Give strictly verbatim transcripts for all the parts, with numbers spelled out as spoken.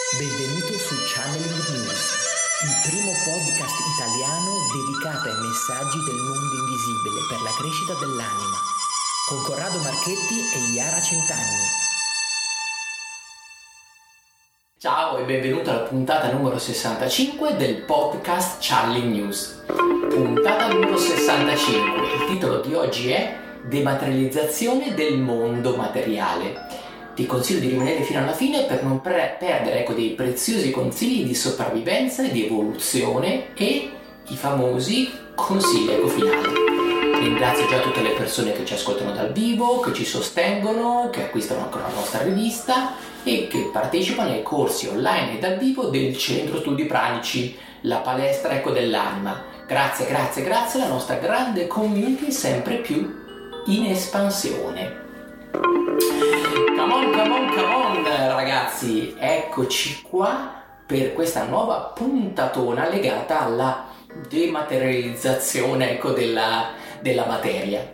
Benvenuto su Channeling News, il primo podcast italiano dedicato ai messaggi del mondo invisibile per la crescita dell'anima, con Corrado Marchetti e Yara Centanni. Ciao e benvenuto alla puntata numero sessantacinque del podcast Channeling News. Puntata numero sessantacinque, il titolo di oggi è Dematerializzazione del mondo materiale. Ti consiglio di rimanere fino alla fine per non pre- perdere ecco, dei preziosi consigli di sopravvivenza e di evoluzione e i famosi consigli ecco, finali. Ringrazio già tutte le persone che ci ascoltano dal vivo, che ci sostengono, che acquistano ancora la nostra rivista e che partecipano ai corsi online e dal vivo del Centro Studi Pranici, la palestra ecco, dell'anima. Grazie, grazie, grazie alla nostra grande community sempre più in espansione. Come on, come on, come on ragazzi, eccoci qua per questa nuova puntatona legata alla dematerializzazione ecco, della, della materia.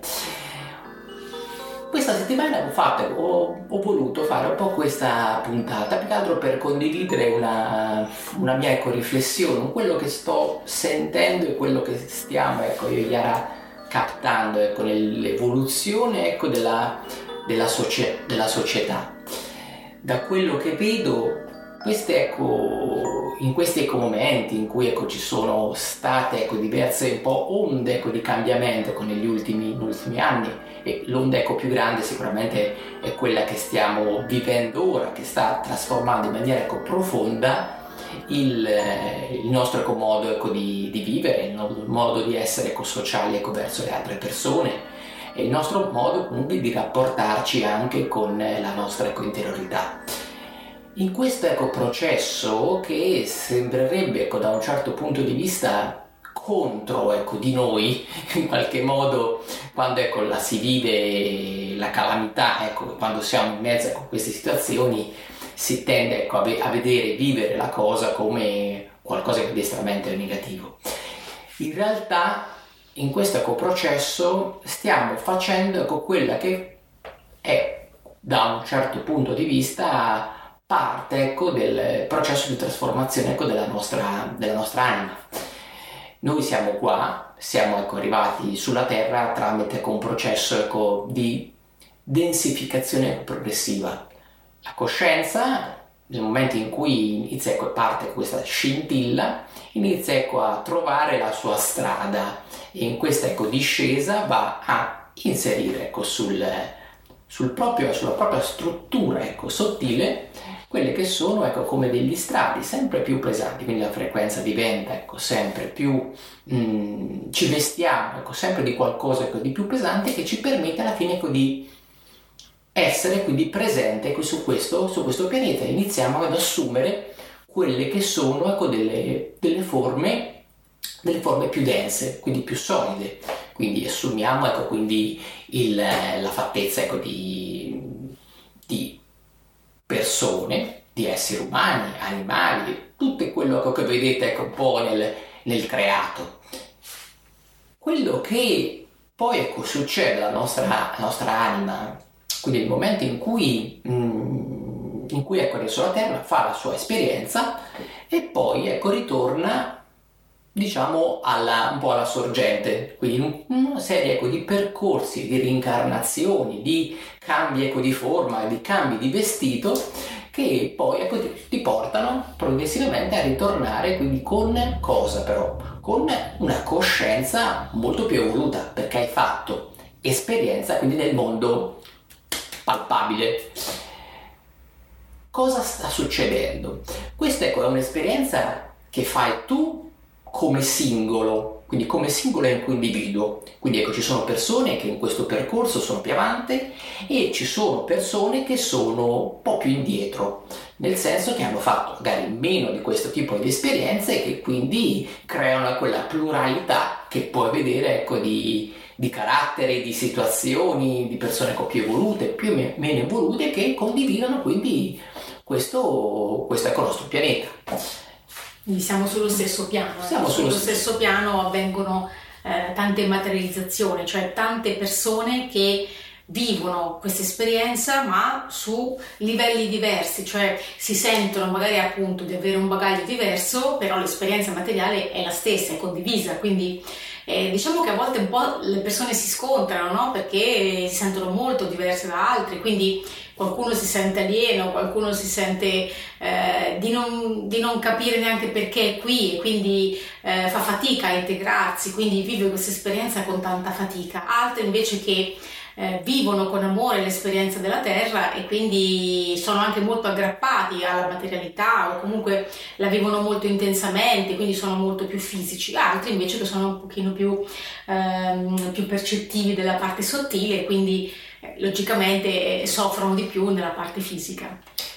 Questa settimana ho, fatto, ho, ho voluto fare un po' questa puntata, più che altro per condividere una, una mia ecco, riflessione, quello che sto sentendo e quello che stiamo, ecco, io e Yara captando ecco, nell'evoluzione ecco, della, della, socie, della società. Da quello che vedo, queste, ecco, in questi ecco, momenti in cui ecco, ci sono state ecco, diverse un po' onde ecco, di cambiamento ecco, negli, ultimi, negli ultimi anni, e l'onda ecco, più grande sicuramente è quella che stiamo vivendo ora, che sta trasformando in maniera ecco, profonda il, il nostro ecco, modo ecco, di, di vivere, il modo di essere ecco, sociali ecco, verso le altre persone e il nostro modo comunque di rapportarci anche con la nostra ecco, interiorità. In questo ecco, processo che sembrerebbe ecco, da un certo punto di vista contro ecco, di noi, in qualche modo quando ecco, la si vive la calamità, ecco, quando siamo in mezzo ecco, a queste situazioni si tende ecco, a, ve- a vedere, vivere la cosa come qualcosa di estremamente negativo. In realtà in questo ecco, processo stiamo facendo ecco, quella che è da un certo punto di vista parte ecco, del processo di trasformazione ecco, della, nostra, della nostra anima. Noi siamo qua, siamo ecco, arrivati sulla Terra tramite ecco, un processo ecco, di densificazione ecco, progressiva. La coscienza, nel momento in cui inizia ecco, parte questa scintilla, inizia ecco, a trovare la sua strada e in questa ecco, discesa va a inserire ecco, sul, sul proprio, sulla propria struttura ecco, sottile quelle che sono ecco, come degli strati sempre più pesanti, quindi la frequenza diventa ecco, sempre più, mh, ci vestiamo ecco, sempre di qualcosa ecco, di più pesante che ci permette alla fine ecco, di essere quindi presente ecco, su, questo, su questo pianeta. Iniziamo ad assumere quelle che sono ecco, delle, delle, forme, delle forme più dense, quindi più solide. Quindi assumiamo ecco, quindi il, la fattezza ecco, di, di persone, di esseri umani, animali, tutto quello ecco, che vedete ecco, un po' nel, nel creato. Quello che poi ecco, succede alla nostra, alla nostra anima, quindi nel momento in cui, mm, in cui ecco, adesso la Terra fa la sua esperienza e poi ecco, ritorna diciamo alla, un po' alla sorgente, quindi una serie ecco, di percorsi, di rincarnazioni, di cambi ecco, di forma, di cambi di vestito che poi ecco, ti, ti portano progressivamente a ritornare quindi con cosa però? Con una coscienza molto più evoluta perché hai fatto esperienza quindi nel mondo palpabile. Cosa sta succedendo? Questa ecco, è un'esperienza che fai tu come singolo, quindi come singolo e come individuo. Quindi ecco, ci sono persone che in questo percorso sono più avanti e ci sono persone che sono un po' più indietro, nel senso che hanno fatto magari meno di questo tipo di esperienze e che quindi creano quella pluralità che puoi vedere ecco, di, di caratteri, di situazioni, di persone ecco, più evolute, più o meno evolute che condividono quindi questo, questo ecco, nostro pianeta. Quindi siamo sullo stesso piano, siamo eh. sullo sullo stesso piano avvengono eh, tante materializzazioni, cioè tante persone che vivono questa esperienza ma su livelli diversi, cioè si sentono magari appunto di avere un bagaglio diverso, però l'esperienza materiale è la stessa, è condivisa, quindi eh, diciamo che a volte un po' le persone si scontrano, no? Perché si sentono molto diverse da altri, quindi qualcuno si sente alieno, qualcuno si sente eh, di, non, di non capire neanche perché è qui e quindi eh, fa fatica a integrarsi, quindi vive questa esperienza con tanta fatica. Altri invece che eh, vivono con amore l'esperienza della terra e quindi sono anche molto aggrappati alla materialità o comunque la vivono molto intensamente, quindi sono molto più fisici. Altri invece che sono un pochino più, ehm, più percettivi della parte sottile e quindi logicamente soffrono di più nella parte fisica.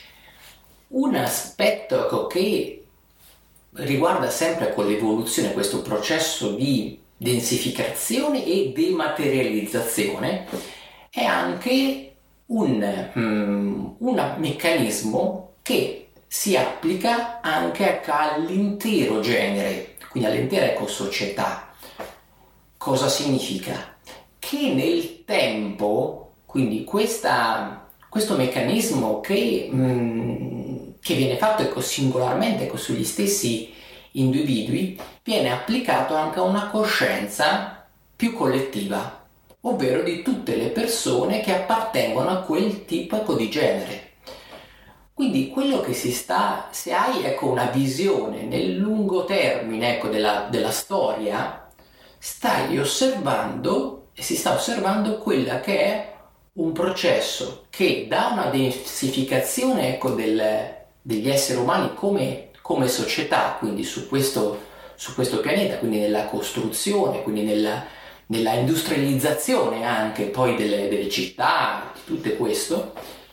Un aspetto che riguarda sempre con l'evoluzione questo processo di densificazione e dematerializzazione è anche un, um, un meccanismo che si applica anche all'intero genere, quindi all'intera ecosocietà. Cosa significa? Che nel tempo quindi questa, questo meccanismo che, mh, che viene fatto ecco, singolarmente ecco, sugli stessi individui viene applicato anche a una coscienza più collettiva, ovvero di tutte le persone che appartengono a quel tipo ecco, di genere. Quindi quello che si sta, se hai ecco, una visione nel lungo termine ecco, della, della storia, stai osservando e si sta osservando quella che è un processo che da una densificazione ecco, del, degli esseri umani come, come società, quindi su questo, su questo pianeta, quindi nella costruzione, quindi nella, nella industrializzazione anche poi delle, delle città, di tutto questo,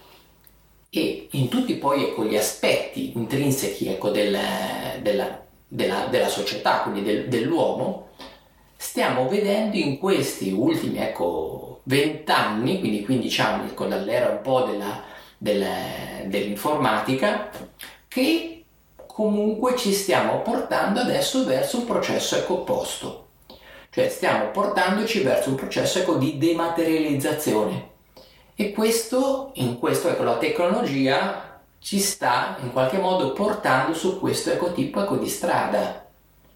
e in tutti poi ecco, gli aspetti intrinseci ecco, del, della, della, della società, quindi del, dell'uomo, stiamo vedendo in questi ultimi ecco vent'anni, quindi quindici anni ecco, dall'era un po' della, della, dell'informatica, che comunque ci stiamo portando adesso verso un processo ecco, opposto, cioè stiamo portandoci verso un processo ecco, di dematerializzazione e questo, in questo ecco, la tecnologia ci sta in qualche modo portando su questo ecco, tipo ecco, di strada.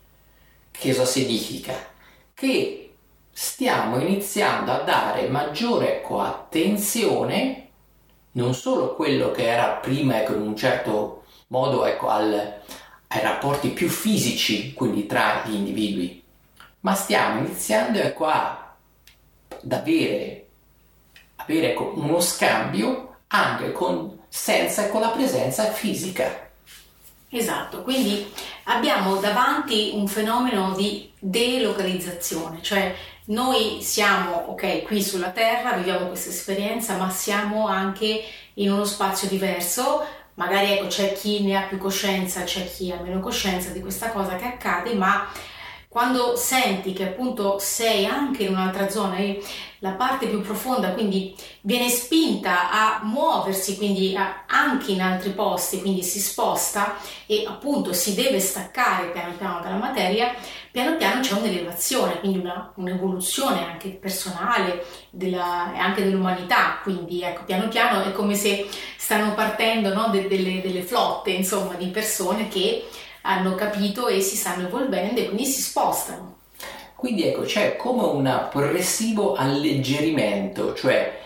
Che cosa significa? Che stiamo iniziando a dare maggiore ecco, attenzione non solo a quello che era prima ecco, in un certo modo ecco, al, ai rapporti più fisici, quindi tra gli individui, ma stiamo iniziando ecco, a, ad avere, avere ecco, uno scambio anche con, senza ecco, la presenza fisica. Esatto, quindi abbiamo davanti un fenomeno di delocalizzazione, cioè noi siamo, ok, qui sulla Terra, viviamo questa esperienza, ma siamo anche in uno spazio diverso, magari ecco, c'è chi ne ha più coscienza, c'è chi ha meno coscienza di questa cosa che accade, ma quando senti che appunto sei anche in un'altra zona, la parte più profonda quindi viene spinta a muoversi, quindi a, anche in altri posti, quindi si sposta e appunto si deve staccare piano piano dalla materia, piano piano c'è un'elevazione, quindi una, un'evoluzione anche personale della, e anche dell'umanità, quindi ecco piano piano è come se stanno partendo no, de, delle, delle flotte insomma di persone che hanno capito e si stanno evolvendo e quindi si spostano. Quindi ecco, c'è come un progressivo alleggerimento, cioè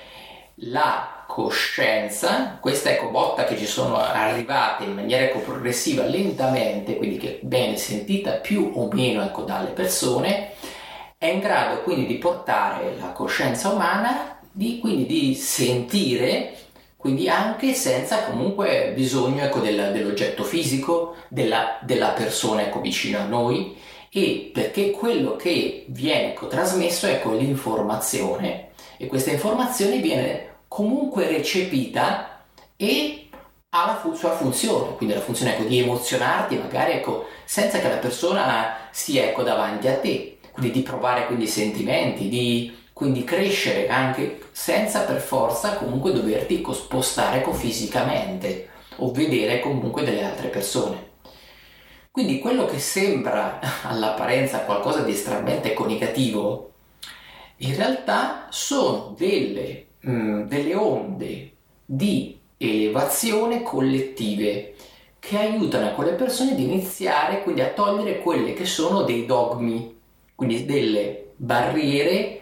la coscienza, questa ecco botta che ci sono arrivate in maniera ecco progressiva lentamente, quindi che viene sentita più o meno ecco dalle persone, è in grado quindi di portare la coscienza umana, di, quindi di sentire, quindi anche senza comunque bisogno ecco, del, dell'oggetto fisico, della, della persona ecco, vicino a noi, e perché quello che viene ecco, trasmesso è ecco, l'informazione, e questa informazione viene comunque recepita e ha la fu- sua funzione, quindi la funzione ecco, di emozionarti magari ecco, senza che la persona sia ecco, davanti a te, quindi di provare quindi sentimenti, di quindi crescere anche senza per forza comunque doverti spostare ecco, fisicamente o vedere comunque delle altre persone. Quindi quello che sembra all'apparenza qualcosa di estremamente comunicativo, in realtà sono delle mh, delle onde di elevazione collettive che aiutano a quelle persone ad iniziare quindi a togliere quelle che sono dei dogmi, quindi delle barriere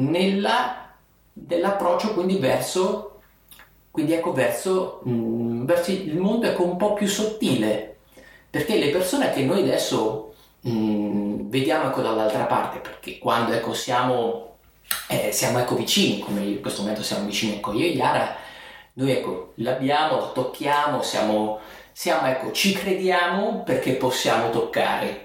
nella, nell'approccio quindi verso, quindi ecco, verso, mh, verso il mondo ecco, un po' più sottile, perché le persone che noi adesso mh, vediamo ecco, dall'altra parte, perché quando ecco, siamo, eh, siamo ecco, vicini, come in questo momento siamo vicini ecco, io e Yara, noi ecco, l'abbiamo, la tocchiamo, siamo, siamo ecco, ci crediamo perché possiamo toccare.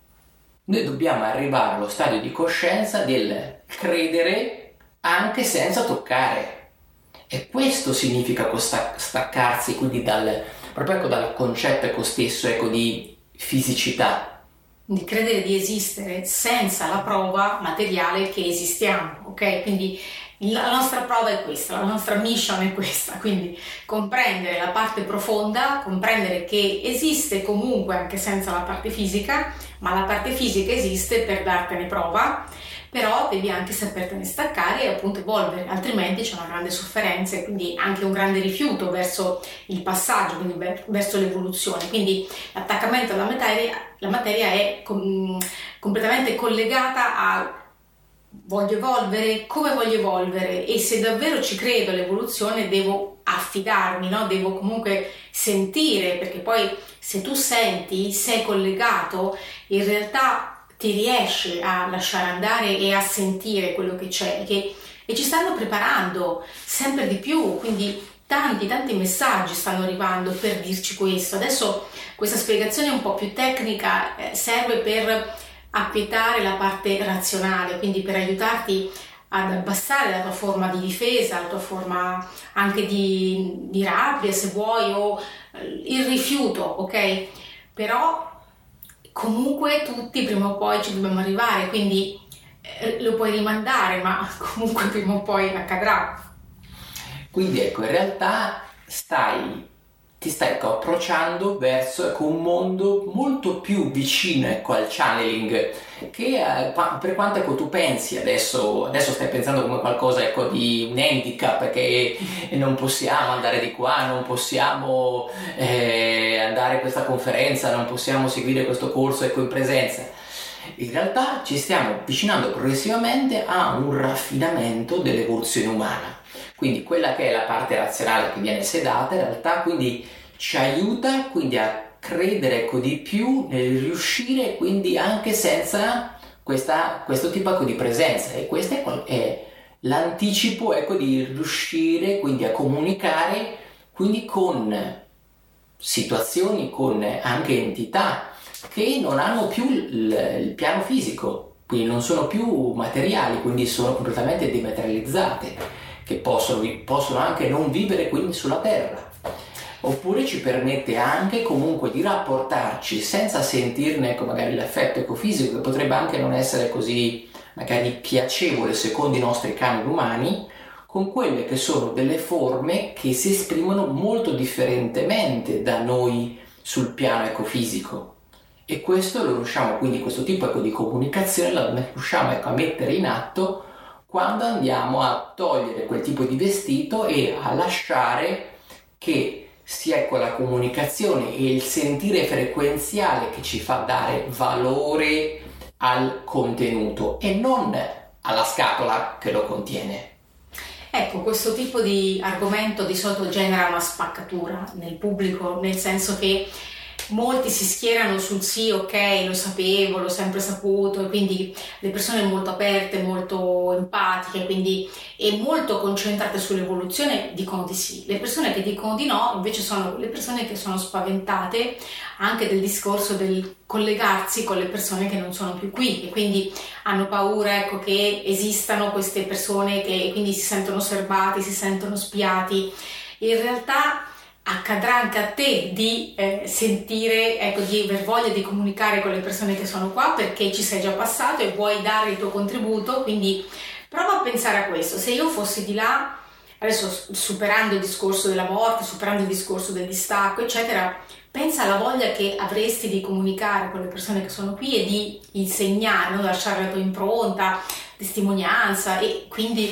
Noi dobbiamo arrivare allo stadio di coscienza del credere anche senza toccare, e questo significa staccarsi quindi dal, proprio ecco, dal concetto ecco, stesso ecco, di fisicità, di credere di esistere senza la prova materiale che esistiamo, ok? Quindi la nostra prova è questa, la nostra mission è questa, quindi comprendere la parte profonda, comprendere che esiste comunque anche senza la parte fisica, ma la parte fisica esiste per dartene prova, però devi anche sapertene staccare e appunto evolvere, altrimenti c'è una grande sofferenza e quindi anche un grande rifiuto verso il passaggio, quindi verso l'evoluzione. Quindi l'attaccamento alla materia, la materia è com- completamente collegata a voglio evolvere, come voglio evolvere, e se davvero ci credo all'evoluzione devo affidarmi, no? Devo comunque sentire, perché poi se tu senti, sei collegato, in realtà ti riesci a lasciare andare e a sentire quello che c'è, che, e ci stanno preparando sempre di più, quindi tanti tanti messaggi stanno arrivando per dirci questo. Adesso questa spiegazione un po' più tecnica eh, serve per acquietare la parte razionale, quindi per aiutarti ad abbassare la tua forma di difesa, la tua forma anche di, di rabbia se vuoi, o il rifiuto, ok? Però comunque tutti prima o poi ci dobbiamo arrivare, quindi eh, lo puoi rimandare, ma comunque prima o poi accadrà. Quindi ecco, in realtà stai ti stai ecco, approcciando verso ecco, un mondo molto più vicino ecco, al channeling, che eh, per quanto ecco, tu pensi adesso, adesso stai pensando come qualcosa ecco, di un handicap, perché non possiamo andare di qua, non possiamo eh, andare a questa conferenza, non possiamo seguire questo corso ecco, in presenza. In realtà ci stiamo avvicinando progressivamente a un raffinamento dell'evoluzione umana. Quindi quella che è la parte razionale che viene sedata in realtà quindi ci aiuta quindi a credere ecco, di più nel riuscire quindi anche senza questa, questo tipo ecco, di presenza, e questo è, è l'anticipo ecco, di riuscire quindi a comunicare quindi con situazioni, con anche entità che non hanno più il, il piano fisico, quindi non sono più materiali, quindi sono completamente dematerializzate, che possono, possono anche non vivere quindi sulla terra, oppure ci permette anche comunque di rapportarci senza sentirne ecco, magari l'effetto ecofisico, che potrebbe anche non essere così magari piacevole secondo i nostri canoni umani, con quelle che sono delle forme che si esprimono molto differentemente da noi sul piano ecofisico. E questo lo riusciamo, quindi questo tipo ecco, di comunicazione lo riusciamo ecco, a mettere in atto quando andiamo a togliere quel tipo di vestito e a lasciare che sia ecco, la comunicazione e il sentire frequenziale che ci fa dare valore al contenuto e non alla scatola che lo contiene. Ecco, questo tipo di argomento di solito genera una spaccatura nel pubblico, nel senso che molti si schierano sul sì, ok, lo sapevo, l'ho sempre saputo, e quindi le persone molto aperte, molto empatiche, quindi e molto concentrate sull'evoluzione dicono di sì. Le persone che dicono di no invece sono le persone che sono spaventate anche del discorso del collegarsi con le persone che non sono più qui, e quindi hanno paura ecco, che esistano queste persone che quindi si sentono osservati, si sentono spiati. In realtà accadrà anche a te di eh, sentire, ecco, di aver voglia di comunicare con le persone che sono qua, perché ci sei già passato e vuoi dare il tuo contributo. Quindi prova a pensare a questo: se io fossi di là, adesso superando il discorso della morte, superando il discorso del distacco eccetera, pensa alla voglia che avresti di comunicare con le persone che sono qui e di insegnare, no? Lasciare la tua impronta, testimonianza, e quindi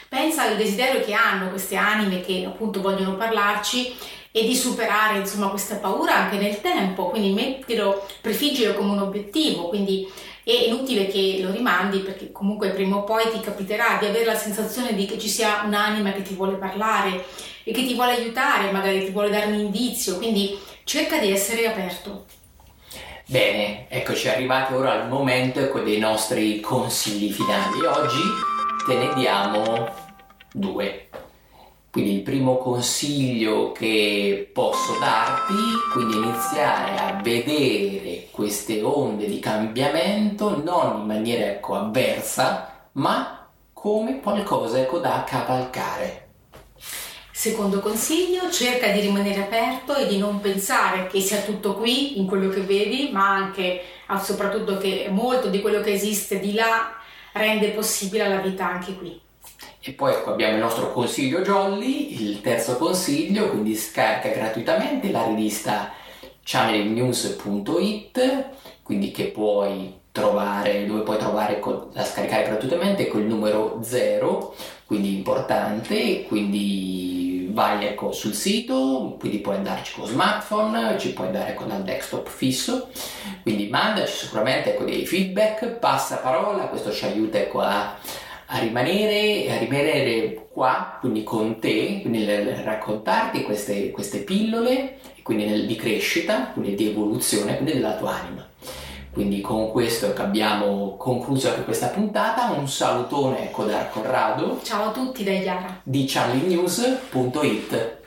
pensa al desiderio che hanno queste anime che appunto vogliono parlarci e di superare insomma questa paura anche nel tempo, quindi mettilo, prefiggilo come un obiettivo, quindi è inutile che lo rimandi, perché comunque prima o poi ti capiterà di avere la sensazione di che ci sia un'anima che ti vuole parlare e che ti vuole aiutare, magari ti vuole dare un indizio, quindi cerca di essere aperto. Bene, eccoci arrivati ora al momento, ecco, dei nostri consigli finali. Oggi te ne diamo due. Quindi il primo consiglio che posso darti, quindi iniziare a vedere queste onde di cambiamento non in maniera ecco avversa, ma come qualcosa ecco da cavalcare. Secondo consiglio, cerca di rimanere aperto e di non pensare che sia tutto qui in quello che vedi, ma anche soprattutto che molto di quello che esiste di là rende possibile la vita anche qui. E poi ecco abbiamo il nostro consiglio jolly, il terzo consiglio, quindi scarica gratuitamente la rivista channeling news punto it, quindi che puoi trovare, dove puoi trovare da scaricare gratuitamente con il numero zero, quindi importante, quindi vai ecco sul sito, quindi puoi andarci con smartphone, ci puoi andare con il desktop fisso, quindi mandaci sicuramente ecco dei feedback, passa parola, questo ci aiuta ecco a a rimanere, a rimanere qua, quindi con te, quindi nel raccontarti queste, queste pillole, e quindi nel, di crescita, quindi di evoluzione, quindi della tua anima. Quindi con questo che abbiamo concluso anche questa puntata, un salutone ecco da Corrado. Ciao a tutti da Chiara di channeling news punto it.